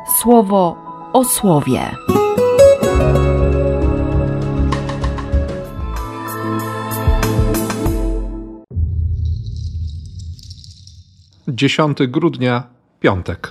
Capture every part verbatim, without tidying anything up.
Słowo o słowie. dziesiątego grudnia, piątek.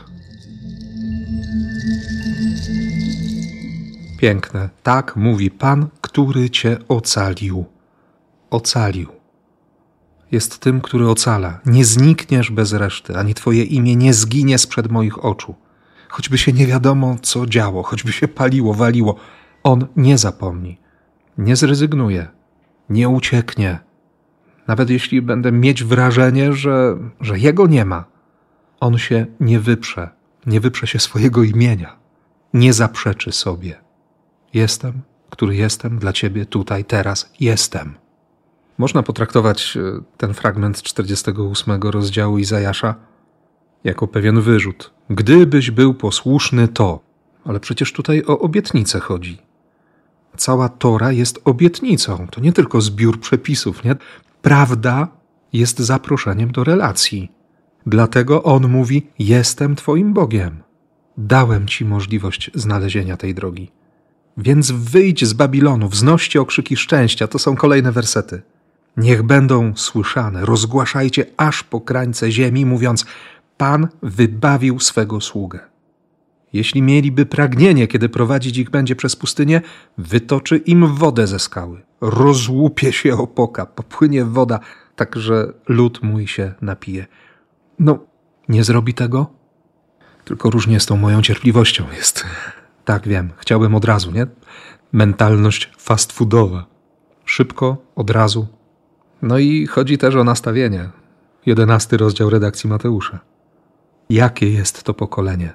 Piękne. Tak mówi Pan, który Cię ocalił. Ocalił. Jest tym, który ocala. Nie znikniesz bez reszty, ani Twoje imię nie zginie sprzed moich oczu. Choćby się nie wiadomo, co działo, choćby się paliło, waliło, On nie zapomni. Nie zrezygnuje. Nie ucieknie. Nawet jeśli będę mieć wrażenie, że, że Jego nie ma, On się nie wyprze. Nie wyprze się swojego imienia. Nie zaprzeczy sobie. Jestem, który jestem dla Ciebie tutaj, teraz. Jestem. Można potraktować ten fragment czterdziestego ósmego rozdziału Izajasza jako pewien wyrzut. Gdybyś był posłuszny, to. Ale przecież tutaj o obietnicę chodzi. Cała Tora jest obietnicą. To nie tylko zbiór przepisów, nie? Prawda jest zaproszeniem do relacji. Dlatego On mówi, jestem Twoim Bogiem. Dałem Ci możliwość znalezienia tej drogi. Więc wyjdź z Babilonu, wznoście okrzyki szczęścia. To są kolejne wersety. Niech będą słyszane, rozgłaszajcie aż po krańce ziemi, mówiąc, Pan wybawił swego sługę. Jeśli mieliby pragnienie, kiedy prowadzić ich będzie przez pustynię, wytoczy im wodę ze skały. Rozłupie się opoka, popłynie woda, tak że lud mój się napije. No, nie zrobi tego? Tylko różnie z tą moją cierpliwością jest. Tak, wiem, chciałbym od razu, nie? Mentalność fast foodowa. Szybko, od razu. No i chodzi też o nastawienie. Jedenasty rozdział redakcji Mateusza. Jakie jest to pokolenie?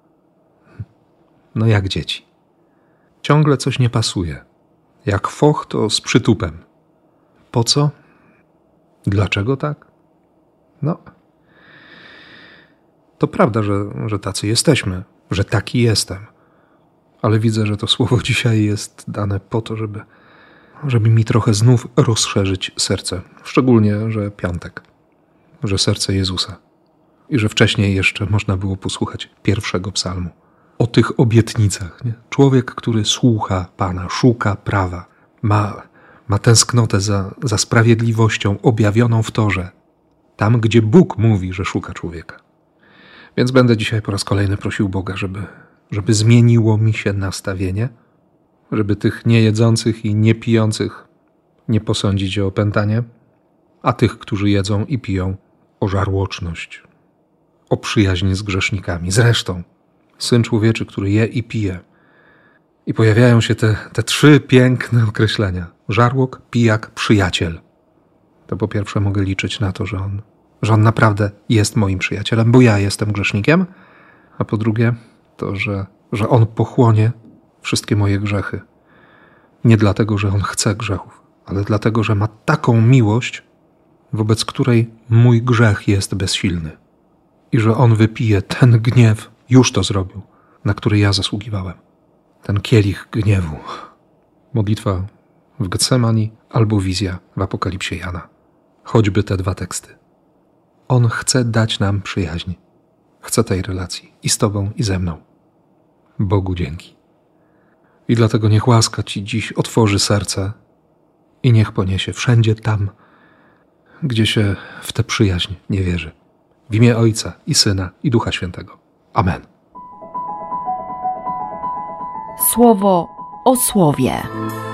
No jak dzieci. Ciągle coś nie pasuje. Jak foch, to z przytupem. Po co? Dlaczego tak? No, to prawda, że, że tacy jesteśmy, że taki jestem. Ale widzę, że to słowo dzisiaj jest dane po to, żeby, żeby mi trochę znów rozszerzyć serce. Szczególnie, że piątek, że serce Jezusa. I że wcześniej jeszcze można było posłuchać pierwszego psalmu. O tych obietnicach. Nie? Człowiek, który słucha Pana, szuka prawa, ma, ma tęsknotę za, za sprawiedliwością objawioną w Torze. Tam, gdzie Bóg mówi, że szuka człowieka. Więc będę dzisiaj po raz kolejny prosił Boga, żeby, żeby zmieniło mi się nastawienie, żeby tych niejedzących i niepijących nie posądzić o opętanie, a tych, którzy jedzą i piją, o żarłoczność, o przyjaźń z grzesznikami. Zresztą Syn Człowieczy, który je i pije. I pojawiają się te, te trzy piękne określenia. Żarłok, pijak, przyjaciel. To po pierwsze mogę liczyć na to, że on, że on naprawdę jest moim przyjacielem, bo ja jestem grzesznikiem, a po drugie to, że, że on pochłonie wszystkie moje grzechy. Nie dlatego, że on chce grzechów, ale dlatego, że ma taką miłość, wobec której mój grzech jest bezsilny. I że on wypije ten gniew, już to zrobił, na który ja zasługiwałem. Ten kielich gniewu. Modlitwa w Getsemani albo wizja w Apokalipsie Jana. Choćby te dwa teksty. On chce dać nam przyjaźń. Chce tej relacji i z Tobą, i ze mną. Bogu dzięki. I dlatego niech łaska Ci dziś otworzy serce i niech poniesie wszędzie tam, gdzie się w tę przyjaźń nie wierzy. W imię Ojca i Syna i Ducha Świętego. Amen. Słowo o słowie.